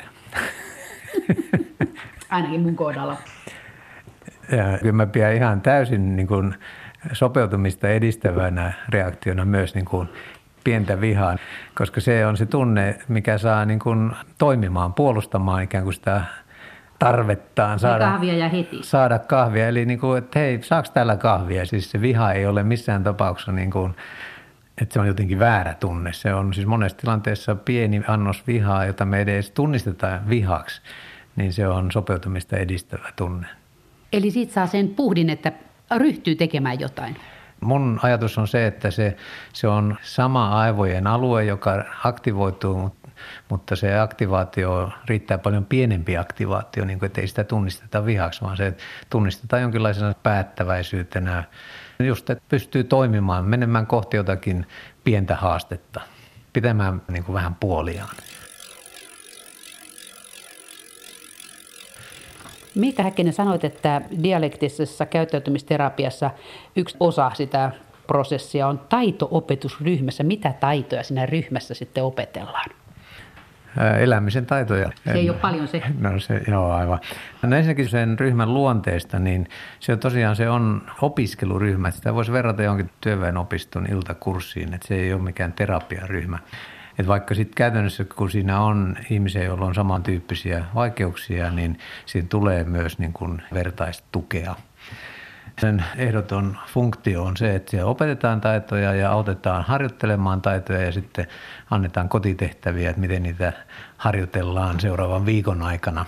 Ainakin mun kohdalla. Ja kyllä mä pidän ihan täysin niin kuin sopeutumista edistävänä reaktiona myös niin kuin pientä vihaa, koska se on se tunne, mikä saa niin kuin toimimaan, puolustamaan ikään kuin sitä tarvettaan saada kahvia ja heti. Saada kahvia. Eli niin kuin, että hei, saako täällä kahvia? Siis se viha ei ole missään tapauksessa niin kuin, että se on jotenkin väärä tunne. Se on siis monessa tilanteessa pieni annos vihaa, jota me edes tunnistetaan vihaksi, niin se on sopeutumista edistävä tunne. Eli siitä saa sen puhdin, että ryhtyy tekemään jotain. Mun ajatus on se, että se, se on sama aivojen alue, joka aktivoituu, mutta se aktivaatio riittää paljon pienempi aktivaatio, niin kuin, että ei sitä tunnisteta vihaksi, vaan se tunnistetaan jonkinlaisena päättäväisyytenä. Just, että pystyy toimimaan, menemään kohti jotakin pientä haastetta, pitämään niin kuin vähän puoliaan. Miika Häkkinen, sanoit, että dialektisessa käyttäytymisterapiassa yksi osa sitä prosessia on taito-opetusryhmässä. Mitä taitoja siinä ryhmässä sitten opetellaan? Elämisen taitoja. Se ei ole paljon se. No se, joo, aivan. No ensinnäkin sen ryhmän luonteesta, niin se on tosiaan se on opiskeluryhmä. Sitä voisi verrata johonkin työväenopiston iltakurssiin, että se ei ole mikään terapiaryhmä. Että vaikka sitten käytännössä, kun siinä on ihmisiä, joilla on samantyyppisiä vaikeuksia, niin siinä tulee myös niin kuin vertaistukea. Sen ehdoton funktio on se, että siellä opetetaan taitoja ja autetaan harjoittelemaan taitoja ja sitten annetaan kotitehtäviä, että miten niitä harjoitellaan seuraavan viikon aikana.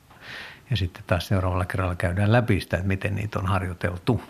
Ja sitten taas seuraavalla kerralla käydään läpi sitä, että miten niitä on harjoiteltu.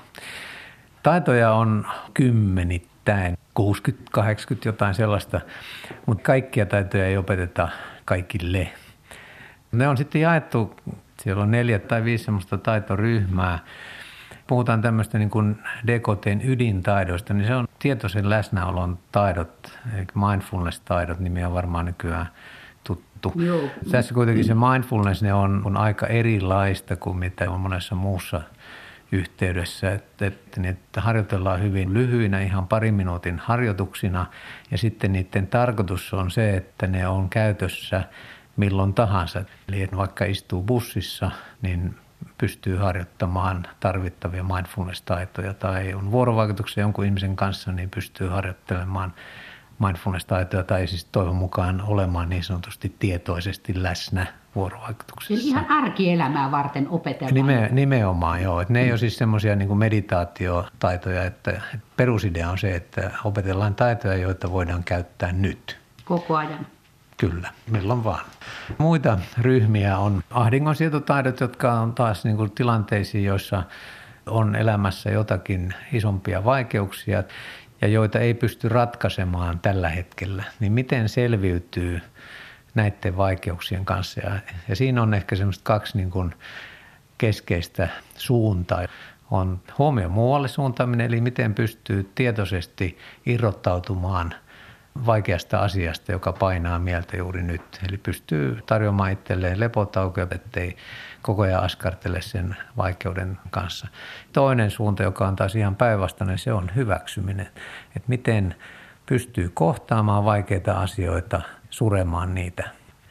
Taitoja on kymmenittäin, kuusikymmentä kahdeksankymmentä jotain sellaista, mutta kaikkia taitoja ei opeteta kaikille. Ne on sitten jaettu, siellä on neljä tai viisi semmoista taitoryhmää. Puhutaan tämmöistä niin kuin D K T:n ydintaidoista, niin se on tietoisen läsnäolon taidot, eli mindfulness-taidot, nimi on varmaan nykyään tuttu. Joo. Tässä kuitenkin se mindfulness ne on, on aika erilaista kuin mitä on monessa muussa yhteydessä, että, että niitä harjoitellaan hyvin lyhyinä, ihan parin minuutin harjoituksina ja sitten niiden tarkoitus on se, että ne on käytössä milloin tahansa. Eli vaikka istuu bussissa, niin pystyy harjoittamaan tarvittavia mindfulness-taitoja tai on vuorovaikutuksia jonkun ihmisen kanssa, niin pystyy harjoittelemaan mindfulness-taitoja tai siis toivon mukaan olemaan niin sanotusti tietoisesti läsnä vuorovaikutuksessa. Eli ihan arkielämää varten opetellaan. Nime, nimenomaan joo. Et ne ei ole siis semmoisia niin kuin meditaatiotaitoja, että perusidea on se, että opetellaan taitoja, joita voidaan käyttää nyt. Koko ajan. Kyllä, milloin vaan. Muita ryhmiä on ahdingonsietotaidot, jotka on taas niin kuin tilanteisiin, joissa on elämässä jotakin isompia vaikeuksia ja joita ei pysty ratkaisemaan tällä hetkellä. Niin miten selviytyy näiden vaikeuksien kanssa? Ja, ja siinä on ehkä semmoista kaksi niin kuin keskeistä suuntaa. On huomio muualle suuntaaminen, eli miten pystyy tietoisesti irrottautumaan vaikeasta asiasta, joka painaa mieltä juuri nyt. Eli pystyy tarjoamaan itselleen lepotaukoja, ettei koko ajan askartele sen vaikeuden kanssa. Toinen suunta, joka on taas ihan päinvastainen, se on hyväksyminen. Että miten pystyy kohtaamaan vaikeita asioita, suremaan niitä.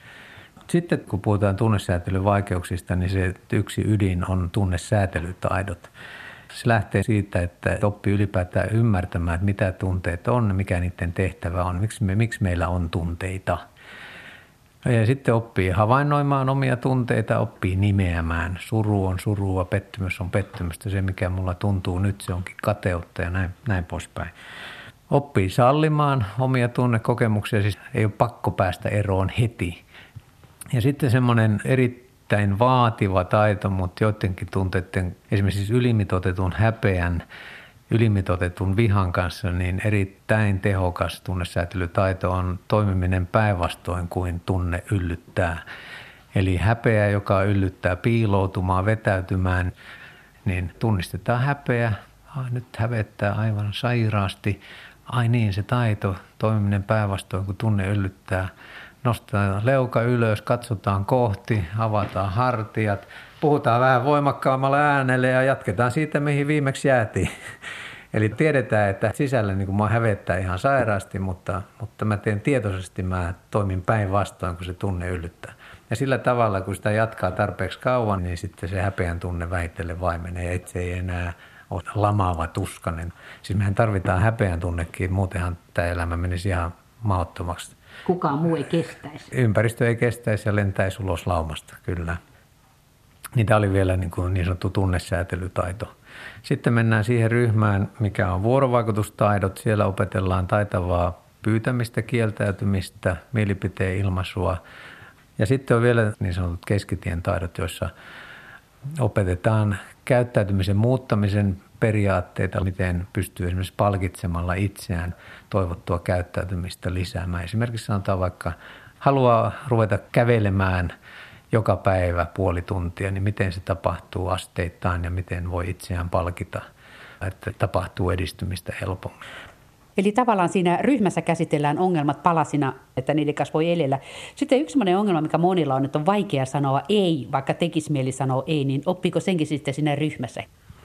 Sitten kun puhutaan tunnesäätelyvaikeuksista, niin se yksi ydin on tunnesäätelytaidot. Se lähtee siitä, että oppii ylipäätään ymmärtämään, että mitä tunteet on, mikä niiden tehtävä on, miksi, me, miksi meillä on tunteita. Ja sitten oppii havainnoimaan omia tunteita, oppii nimeämään. Suru on surua, pettymys on pettymystä. Se, mikä mulla tuntuu nyt, se onkin kateutta ja näin, näin poispäin. Oppii sallimaan omia tunnekokemuksia, siis ei ole pakko päästä eroon heti. Ja sitten semmoinen erittäin vaativa taito, mutta joidenkin tunteiden, esimerkiksi siis ylimitoitetun häpeän, ylimitoitetun vihan kanssa, niin erittäin tehokas tunnesäätelytaito on toimiminen päinvastoin kuin tunne yllyttää. Eli häpeä, joka yllyttää piiloutumaan, vetäytymään, niin tunnistetaan häpeä. Ai, nyt hävettää aivan sairaasti. Ai niin, se taito, toimiminen päinvastoin kuin tunne yllyttää. Nostetaan leuka ylös, katsotaan kohti, avataan hartiat, puhutaan vähän voimakkaammalla äänellä ja jatketaan siitä, mihin viimeksi jäätiin. Eli tiedetään, että sisällä niin kuin mä hävettää ihan sairaasti, mutta, mutta mä teen tietoisesti, mä toimin päinvastoin, kun se tunne yllyttää. Ja sillä tavalla, kun sitä jatkaa tarpeeksi kauan, niin sitten se häpeän tunne vähitellen vaimenee ja itse ei enää ole lamaava tuskanen. Siis mehän tarvitaan häpeän tunnekin, muutenhan tämä elämä menisi ihan mahdottomaksi. Kukaan muu ei kestäisi. Ympäristö ei kestäisi ja lentäisi ulos laumasta, kyllä. Niin tämä oli vielä niin, kuin niin sanottu tunnesäätelytaito. Sitten mennään siihen ryhmään, mikä on vuorovaikutustaidot. Siellä opetellaan taitavaa pyytämistä, kieltäytymistä, mielipiteen ilmaisua. Ja sitten on vielä niin sanotut keskitien taidot, joissa opetetaan käyttäytymisen muuttamisen periaatteita, miten pystyy esimerkiksi palkitsemalla itseään toivottua käyttäytymistä lisäämään. Esimerkiksi sanotaan vaikka, haluaa ruveta kävelemään joka päivä puoli tuntia, niin miten se tapahtuu asteittain ja miten voi itseään palkita, että tapahtuu edistymistä helpommin. Eli tavallaan siinä ryhmässä käsitellään ongelmat palasina, että niiden kanssa voi elellä. Sitten yksi sellainen ongelma, mikä monilla on, että on vaikea sanoa ei, vaikka tekisi mieli sanoa ei, niin oppiiko senkin sitten siinä ryhmässä?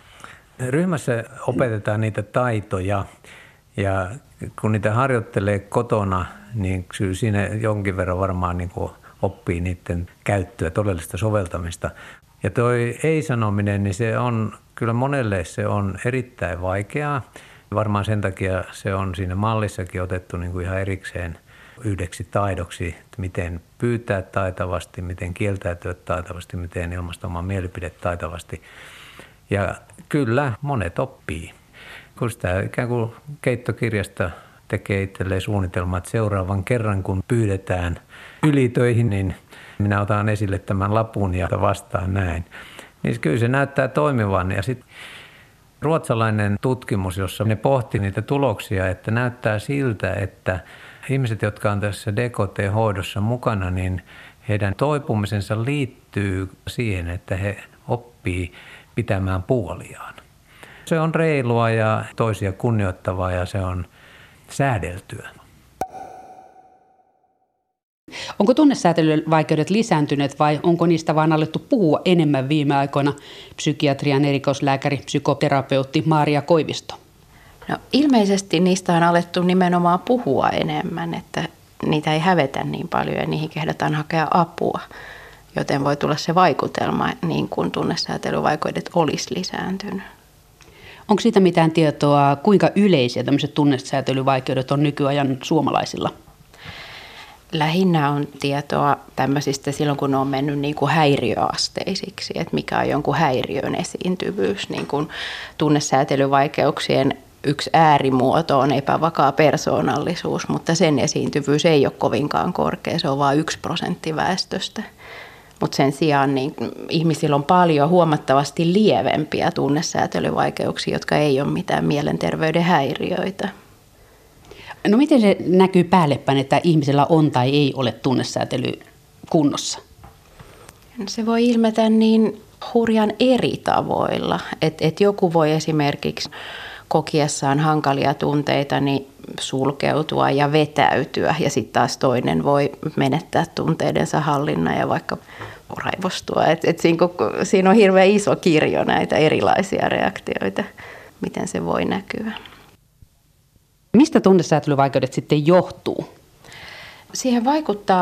Ryhmässä opetetaan niitä taitoja ja kun niitä harjoittelee kotona, niin siinä jonkin verran varmaan niin kuin oppii niiden käyttöä, todellista soveltamista. Ja toi ei-sanominen, niin se on kyllä monelle se on erittäin vaikeaa. Varmaan sen takia se on siinä mallissakin otettu niin kuin ihan erikseen yhdeksi taidoksi, että miten pyytää taitavasti, miten kieltäytyä taitavasti, miten ilmaista omaa mielipide taitavasti. Ja kyllä monet oppii. Kun sitä ikään kuin keittokirjasta tekee itselleen suunnitelma, että seuraavan kerran kun pyydetään ylitöihin, niin minä otan esille tämän lapun ja vastaan näin. Niin kyllä se näyttää toimivan. Ja sitten ruotsalainen tutkimus, jossa ne pohti niitä tuloksia, että näyttää siltä, että ihmiset, jotka on tässä D K T-hoidossa mukana, niin heidän toipumisensa liittyy siihen, että he oppii pitämään puoliaan. Se on reilua ja toisia kunnioittavaa ja se on säädeltyä. Onko tunnesäätelyvaikeudet lisääntyneet vai onko niistä vaan alettu puhua enemmän viime aikoina? Psykiatrian erikoislääkäri, psykoterapeutti Maaria Koivisto. No, ilmeisesti niistä on alettu nimenomaan puhua enemmän, että niitä ei hävetä niin paljon ja niihin kehdataan hakea apua. Joten voi tulla se vaikutelma, niin kuin tunnesäätelyvaikeudet olisi lisääntynyt. Onko siitä mitään tietoa, kuinka yleisiä tämmöiset tunnesäätelyvaikeudet on nykyajan suomalaisilla? Lähinnä on tietoa tämmöisistä silloin, kun ne on mennyt niin kuin häiriöasteisiksi, että mikä on jonkun häiriön esiintyvyys. Niin kuin tunnesäätelyvaikeuksien yksi äärimuoto on epävakaa persoonallisuus, mutta sen esiintyvyys ei ole kovinkaan korkea, se on vain yksi prosentti väestöstä. Mutta sen sijaan niin ihmisillä on paljon huomattavasti lievempiä tunnesäätelyvaikeuksia, jotka ei ole mitään mielenterveyden häiriöitä. No miten se näkyy päällepäin, että ihmisellä on tai ei ole tunnesäätely kunnossa? Se voi ilmetä niin hurjan eri tavoilla, että et joku voi esimerkiksi kokiessaan hankalia tunteita niin sulkeutua ja vetäytyä ja sitten taas toinen voi menettää tunteidensa hallinnan ja vaikka raivostua. Et, et siinä, siinä on hirveän iso kirjo näitä erilaisia reaktioita, miten se voi näkyä. Mistä tunnesäätelyvaikeudet sitten johtuu? Siihen vaikuttaa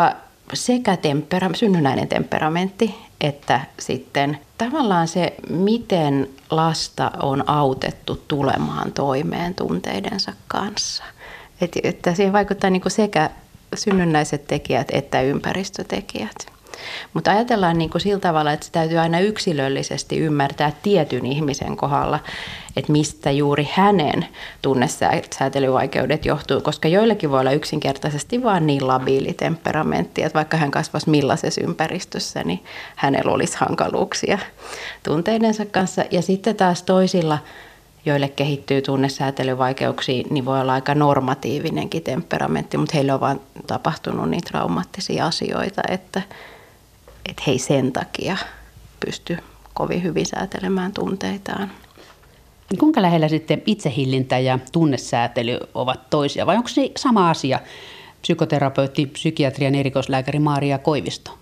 sekä tempera- synnynnäinen temperamentti että sitten tavallaan se, miten lasta on autettu tulemaan toimeen tunteidensa kanssa. Et, että siihen vaikuttaa niin kuin sekä synnynnäiset tekijät että ympäristötekijät. Mutta ajatellaan niin kuin sillä tavalla, että se täytyy aina yksilöllisesti ymmärtää tietyn ihmisen kohdalla, että mistä juuri hänen tunnesäätelyvaikeudet johtuu, koska joillekin voi olla yksinkertaisesti vaan niin labiili temperamentti, että vaikka hän kasvaisi millaisessa ympäristössä, niin hänellä olisi hankaluuksia tunteidensa kanssa. Ja sitten taas toisilla, joille kehittyy tunnesäätelyvaikeuksia, niin voi olla aika normatiivinenkin temperamentti, mutta heillä on vaan tapahtunut niin traumaattisia asioita, että, että he ei sen takia pysty kovin hyvin säätelemään tunteitaan. Kuinka lähellä sitten itsehillintä ja tunnesäätely ovat toisia, vai onko se sama asia? Psykoterapeutti, psykiatrian erikoislääkäri Maaria Koivisto.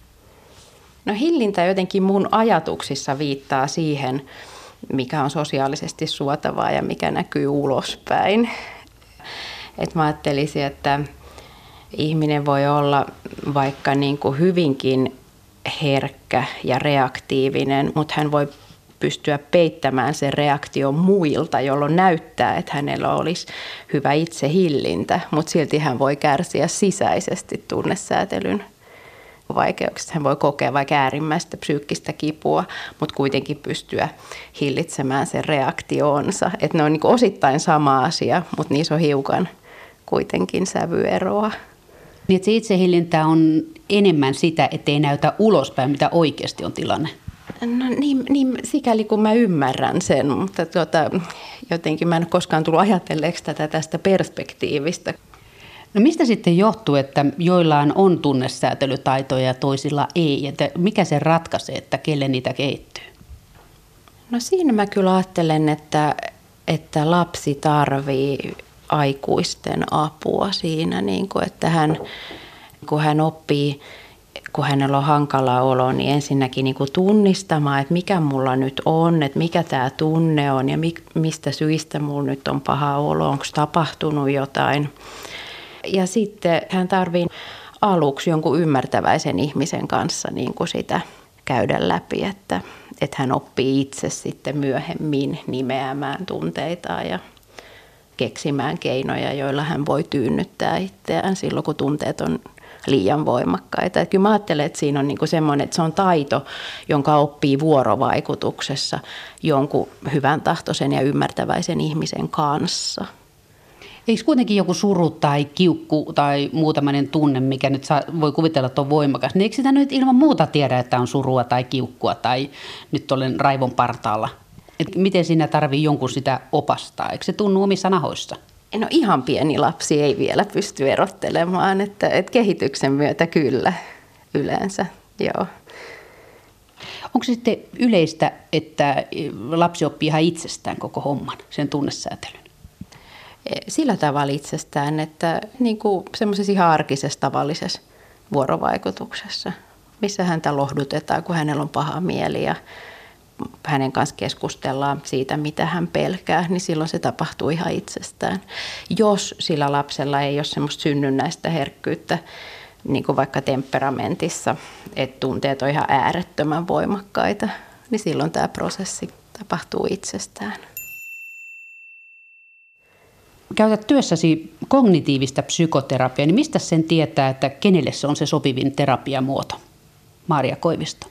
No hillintä jotenkin mun ajatuksissa viittaa siihen, mikä on sosiaalisesti suotavaa ja mikä näkyy ulospäin. Et mä ajattelisin, että ihminen voi olla vaikka niin kuin hyvinkin herkkä ja reaktiivinen, mutta hän voi pystyä peittämään sen reaktion muilta, jolloin näyttää, että hänellä olisi hyvä itsehillintä, mutta silti hän voi kärsiä sisäisesti tunnesäätelyn vaikeuksista. Hän voi kokea vaikka äärimmäistä psyykkistä kipua, mutta kuitenkin pystyä hillitsemään sen reaktionsa. Että ne on niin osittain sama asia, mutta niissä on hiukan kuitenkin sävyeroa. Niin, että se itsehillintä on enemmän sitä, ettei näytä ulospäin, mitä oikeasti on tilanne. No niin, niin sikäli kun mä ymmärrän sen, mutta tuota, jotenkin mä en ole koskaan tullut ajatelleeksi tätä tästä perspektiivistä. No mistä sitten johtuu, että joillain on tunnesäätelytaitoja ja toisilla ei? Että mikä se ratkaisee, että kelle niitä kehittyy? No siinä mä kyllä ajattelen, että, että lapsi tarvii aikuisten apua siinä, niin kuin, että hän, kun hän oppii, kun hänellä on hankala olo, niin ensinnäkin niin kuin tunnistamaan, että mikä mulla nyt on, että mikä tämä tunne on ja mistä syistä mulla nyt on paha olo, onko tapahtunut jotain. Ja sitten hän tarvitsee aluksi jonkun ymmärtäväisen ihmisen kanssa niin kuin sitä käydä läpi, että, että hän oppii itse sitten myöhemmin nimeämään tunteitaan ja keksimään keinoja, joilla hän voi tyynnyttää itseään silloin, kun tunteet on liian voimakkaita. Että kyllä mä ajattelen, että siinä on niin kuin semmoinen, että se on taito, jonka oppii vuorovaikutuksessa jonkun hyvän tahtoisen ja ymmärtäväisen ihmisen kanssa. Eikö kuitenkin joku suru tai kiukku tai muutamainen tunne, mikä nyt saa, voi kuvitella, että on voimakas, niin eikö sitä nyt ilman muuta tiedä, että on surua tai kiukkua tai nyt olen raivon partaalla? Et miten siinä tarvii jonkun sitä opastaa? Eikö se tunnu omissa nahoissa? No ihan pieni lapsi ei vielä pysty erottelemaan, että, että kehityksen myötä kyllä yleensä, joo. Onko se sitten yleistä, että lapsi oppii ihan itsestään koko homman, sen tunnesäätelyn? Sillä tavalla itsestään, että niin kuin semmoisessa ihan arkisessa tavallisessa vuorovaikutuksessa, missä häntä lohdutetaan, kun hänellä on paha mieli ja hänen kanssa keskustellaan siitä, mitä hän pelkää, niin silloin se tapahtuu ihan itsestään. Jos sillä lapsella ei ole semmoista synnynnäistä herkkyyttä, niin kuin vaikka temperamentissa, että tunteet on ihan äärettömän voimakkaita, niin silloin tämä prosessi tapahtuu itsestään. Käytät työssäsi kognitiivista psykoterapiaa, niin mistä sen tietää, että kenelle se on se sopivin terapiamuoto? Maaria Koivisto.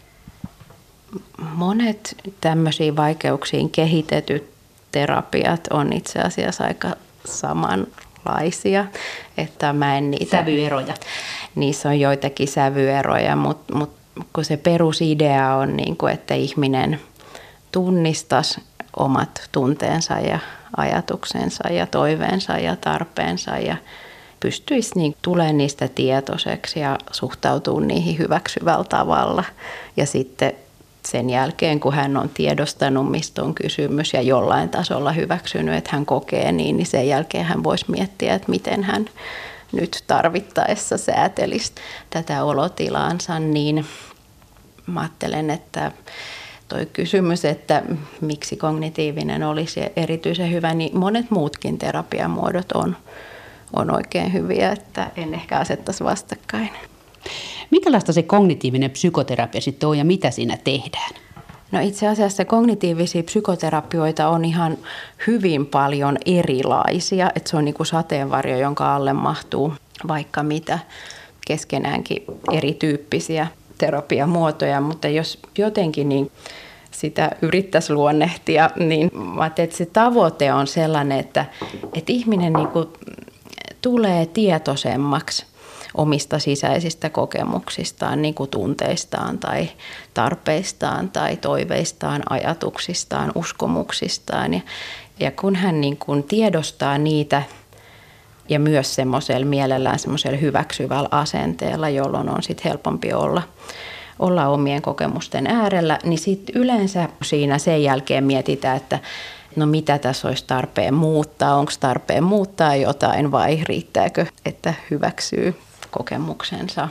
Monet tämmöisiin vaikeuksiin kehitetyt terapiat on itse asiassa aika samanlaisia, että mä en niitä... Sävyeroja. Niissä on joitakin sävyeroja, mutta, mutta kun se perusidea on, niin kuin, että ihminen tunnistaisi omat tunteensa ja ajatuksensa ja toiveensa ja tarpeensa ja pystyisi niin tulemaan niistä tietoiseksi ja suhtautua niihin hyväksyvällä tavalla. Ja sitten sen jälkeen, kun hän on tiedostanut, mistä on kysymys ja jollain tasolla hyväksynyt, että hän kokee niin, niin sen jälkeen hän voisi miettiä, että miten hän nyt tarvittaessa säätelisi tätä olotilaansa. Niin mä ajattelen, että toi kysymys, että miksi kognitiivinen olisi erityisen hyvä, niin monet muutkin terapiamuodot on, on oikein hyviä, että en ehkä asettaisi vastakkain. Minkälaista se kognitiivinen psykoterapia sitten on ja mitä siinä tehdään? No itse asiassa kognitiivisia psykoterapioita on ihan hyvin paljon erilaisia, että se on niin kuin sateenvarjo, jonka alle mahtuu vaikka mitä keskenäänkin erityyppisiä terapiamuotoja, mutta jos jotenkin niin sitä yrittäisi luonnehtia, niin mä ajattelin, että se tavoite on sellainen, että, että ihminen niin kuin tulee tietoisemmaksi omista sisäisistä kokemuksistaan, niin kuin tunteistaan tai tarpeistaan tai toiveistaan, ajatuksistaan, uskomuksistaan. Ja, ja kun hän niin kuin tiedostaa niitä ja myös semmoisella mielellään semmoisella hyväksyvällä asenteella, jolloin on sitten helpompi olla, olla omien kokemusten äärellä, niin sitten yleensä siinä sen jälkeen mietitään, että no mitä tässä olisi tarpeen muuttaa, onko tarpeen muuttaa jotain vai riittääkö, että hyväksyy kokemuksensa.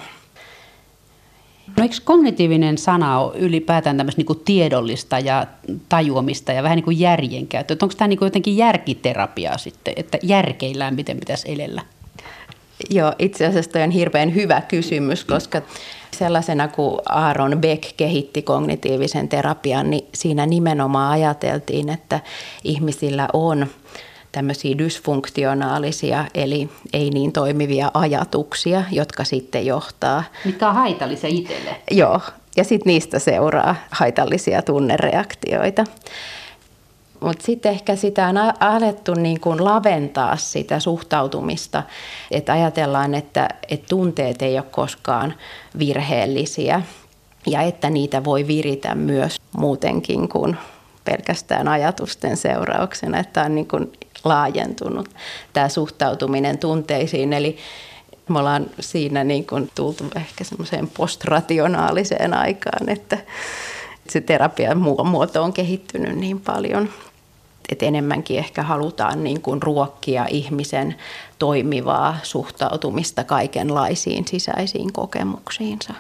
No eikö kognitiivinen sana ole ylipäätään tämmöistä niin kuin tiedollista ja tajuamista ja vähän niin kuin järjenkäyttöä? Onko tämä niin kuin jotenkin järkiterapiaa sitten, että järkeillään miten pitäisi elellä? Joo, itse asiassa toi on hirveän hyvä kysymys, koska sellaisena kuin Aaron Beck kehitti kognitiivisen terapian, niin siinä nimenomaan ajateltiin, että ihmisillä on tämmöisiä dysfunktionaalisia, eli ei niin toimivia ajatuksia, jotka sitten johtaa. Mitkä on haitallisia itselle. Joo, ja sitten niistä seuraa haitallisia tunnereaktioita. Mutta sitten ehkä sitä on alettu niin kuin laventaa sitä suhtautumista, että ajatellaan, että, että tunteet ei ole koskaan virheellisiä ja että niitä voi viritä myös muutenkin kuin pelkästään ajatusten seurauksena, että on niin kuin laajentunut tämä suhtautuminen tunteisiin. Eli me ollaan siinä niin kuin tultu ehkä semmoiseen postrationaaliseen aikaan, että se terapian muoto on kehittynyt niin paljon, että enemmänkin ehkä halutaan niin kuin ruokkia ihmisen toimivaa suhtautumista kaikenlaisiin sisäisiin kokemuksiinsa.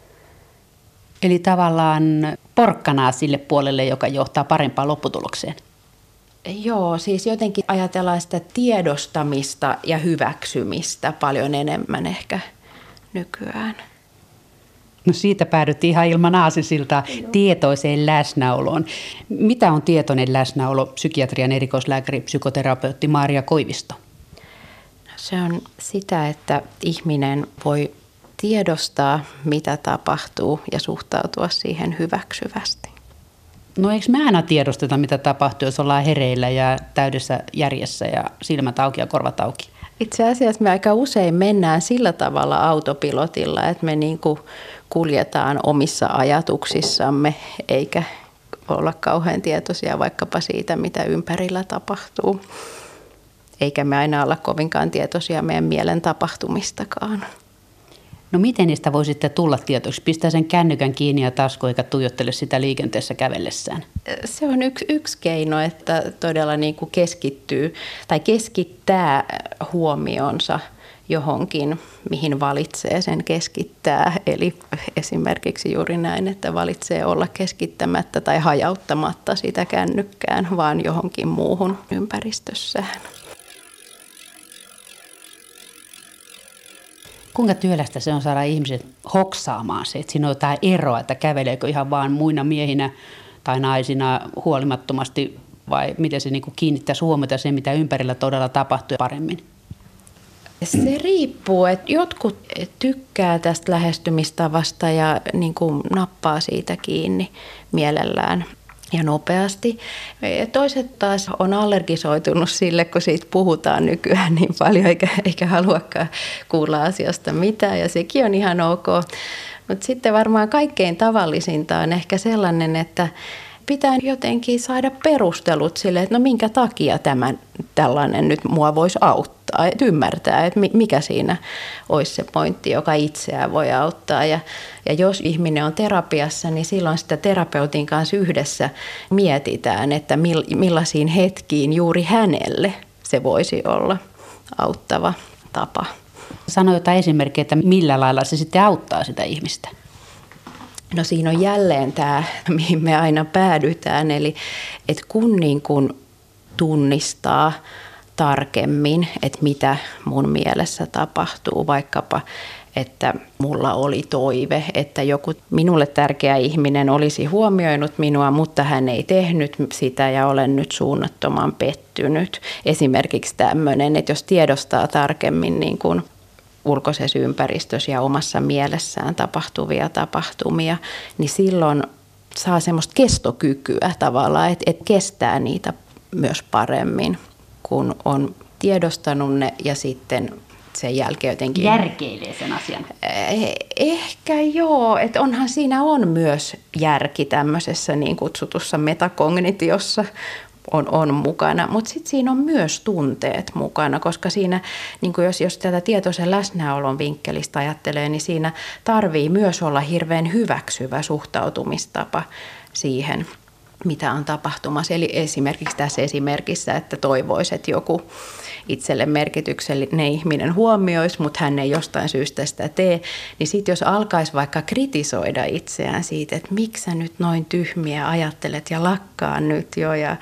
Eli tavallaan porkkanaa sille puolelle, joka johtaa parempaan lopputulokseen. Joo, siis jotenkin ajatellaan sitä tiedostamista ja hyväksymistä paljon enemmän ehkä nykyään. No siitä päädyttiin ihan ilman aasinsiltaa tietoiseen läsnäoloon. Mitä on tietoinen läsnäolo, psykiatrian erikoislääkäri, psykoterapeutti Maria Koivisto? Se on sitä, että ihminen voi tiedostaa, mitä tapahtuu ja suhtautua siihen hyväksyvästi. No eikö me aina tiedosteta, mitä tapahtuu, jos ollaan hereillä ja täydessä järjessä ja silmät auki ja korvat auki? Itse asiassa me aika usein mennään sillä tavalla autopilotilla, että me niin kuin kuljetaan omissa ajatuksissamme eikä olla kauhean tietoisia vaikkapa siitä, mitä ympärillä tapahtuu. Eikä me aina olla kovinkaan tietoisia meidän mielen tapahtumistakaan. No miten niistä voi sitten tulla tietoiksi? Pistää sen kännykän kiinni ja tasku eikä tuijottele sitä liikenteessä kävellessään? Se on yksi, yksi keino, että todella niin kuin keskittyy tai keskittää huomionsa johonkin, mihin valitsee sen keskittää. Eli esimerkiksi juuri näin, että valitsee olla keskittämättä tai hajauttamatta sitä kännykkään, vaan johonkin muuhun ympäristössään. Kuinka työlästä se on saada ihmiset hoksaamaan se, että siinä on jotain eroa, että käveleekö ihan vaan muina miehinä tai naisina huolimattomasti vai miten se niin kuin kiinnittäisi huomiota siihen, mitä ympärillä todella tapahtuu paremmin? Se riippuu, että jotkut tykkää tästä lähestymistavasta ja niin kuin nappaa siitä kiinni mielellään ja nopeasti. Toiset taas on allergisoitunut sille, kun siitä puhutaan nykyään niin paljon eikä, eikä haluakaan kuulla asiasta mitään ja sekin on ihan ok. Mutta sitten varmaan kaikkein tavallisinta on ehkä sellainen, että pitää jotenkin saada perustelut sille, että no minkä takia tämän, tällainen nyt mua voisi auttaa. Että ymmärtää, että mikä siinä olisi se pointti, joka itseään voi auttaa. Ja, ja jos ihminen on terapiassa, niin silloin sitä terapeutin kanssa yhdessä mietitään, että millaisiin hetkiin juuri hänelle se voisi olla auttava tapa. Sano jotain esimerkkejä, että millä lailla se sitten auttaa sitä ihmistä. No siinä on jälleen tämä, mihin me aina päädytään, eli että kun niin kun tunnistaa tarkemmin, että mitä mun mielessä tapahtuu, vaikkapa että mulla oli toive, että joku minulle tärkeä ihminen olisi huomioinut minua, mutta hän ei tehnyt sitä ja olen nyt suunnattoman pettynyt. Esimerkiksi tämmöinen, että jos tiedostaa tarkemmin niin kuin ulkoisessa ympäristössä ja omassa mielessään tapahtuvia tapahtumia, niin silloin saa semmoista kestokykyä tavallaan, että, että kestää niitä myös paremmin, kun on tiedostanut ne ja sitten sen jälkeen jotenkin järkeilee sen asian. Ehkä joo, että onhan siinä on myös järki tämmöisessä niin kutsutussa metakognitiossa on, on mukana, mutta sitten siinä on myös tunteet mukana, koska siinä, niin jos, jos tätä tietoisen läsnäolon vinkkelistä ajattelee, niin siinä tarvii myös olla hirveän hyväksyvä suhtautumistapa siihen, mitä on tapahtumassa. Eli esimerkiksi tässä esimerkissä, että toivoisi, että joku itselle merkityksellinen ihminen huomioisi, mutta hän ei jostain syystä sitä tee, niin sitten jos alkaisi vaikka kritisoida itseään siitä, että miksi sä nyt noin tyhmiä ajattelet ja lakkaa nyt jo ja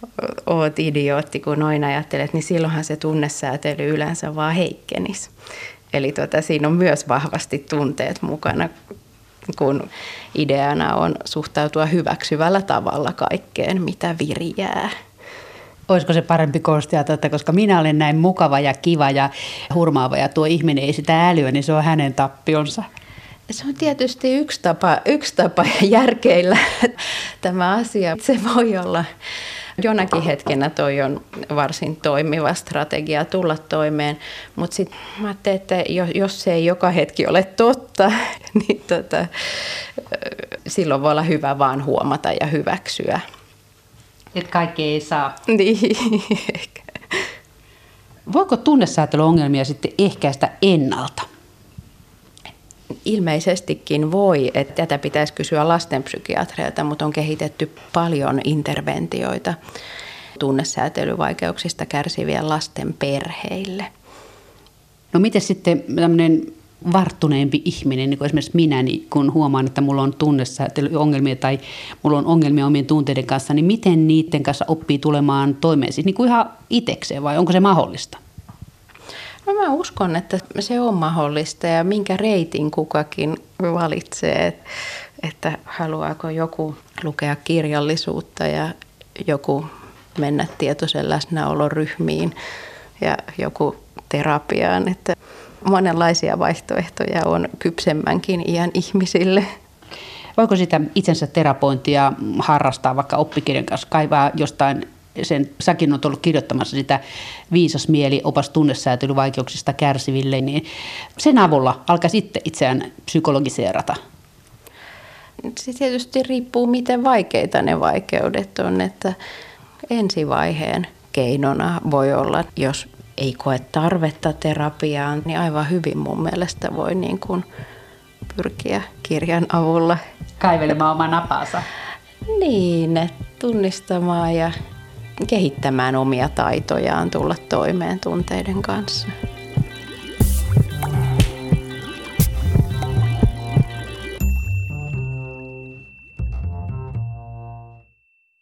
oot idiootti, kun noin ajattelet, niin silloinhan se tunnesäätely yleensä vaan heikkenisi. Eli tuota, siinä on myös vahvasti tunteet mukana, kun ideana on suhtautua hyväksyvällä tavalla kaikkeen, mitä virjää. Olisiko se parempi konstia, että koska minä olen näin mukava ja kiva ja hurmaava ja tuo ihminen ei sitä älyä, niin se on hänen tappionsa? Se on tietysti yksi tapa, yksi tapa järkeillä tämä asia. Se voi olla jonakin hetkenä toi on varsin toimiva strategia tulla toimeen, mutta sitten mä ajattelin, että jos se ei joka hetki ole totta, niin tota, silloin voi olla hyvä vaan huomata ja hyväksyä. Että kaikki ei saa. Niin, ehkä. Voiko tunnesäätelyongelmia sitten ehkäistä ennalta? Ilmeisestikin voi, että tätä pitäisi kysyä lastenpsykiatreilta, mutta on kehitetty paljon interventioita tunnesäätelyvaikeuksista kärsivien lasten perheille. No miten sitten tämmöinen varttuneempi ihminen, niin kuin esimerkiksi minä, niin kun huomaan, että mulla on tunnesäätelyongelmia tai mulla on ongelmia omien tunteiden kanssa, niin miten niiden kanssa oppii tulemaan toimeen? Siis niin kuin ihan itsekseen vai onko se mahdollista? No mä uskon, että se on mahdollista ja minkä reitin kukakin valitsee, että haluaako joku lukea kirjallisuutta ja joku mennä tietoisen läsnäolon ryhmiin ja joku terapiaan, että monenlaisia vaihtoehtoja on kypsemmänkin iän ihmisille. Voiko sitä itsensä terapointia harrastaa vaikka oppikirjan kanssa, kaivaa jostain, sen, säkin olet ollut kirjoittamassa sitä viisas mieli, opas tunnesäätelyvaikeuksista kärsiville, niin sen avulla alkaa sitten itseään psykologiseerata? Se tietysti riippuu, miten vaikeita ne vaikeudet on, että ensivaiheen keinona voi olla, jos ei koe tarvetta terapiaan, niin aivan hyvin mun mielestä voi niin kuin pyrkiä kirjan avulla kaivelemaan omaa napaansa. Niin, tunnistamaan ja kehittämään omia taitojaan tulla toimeen tunteiden kanssa.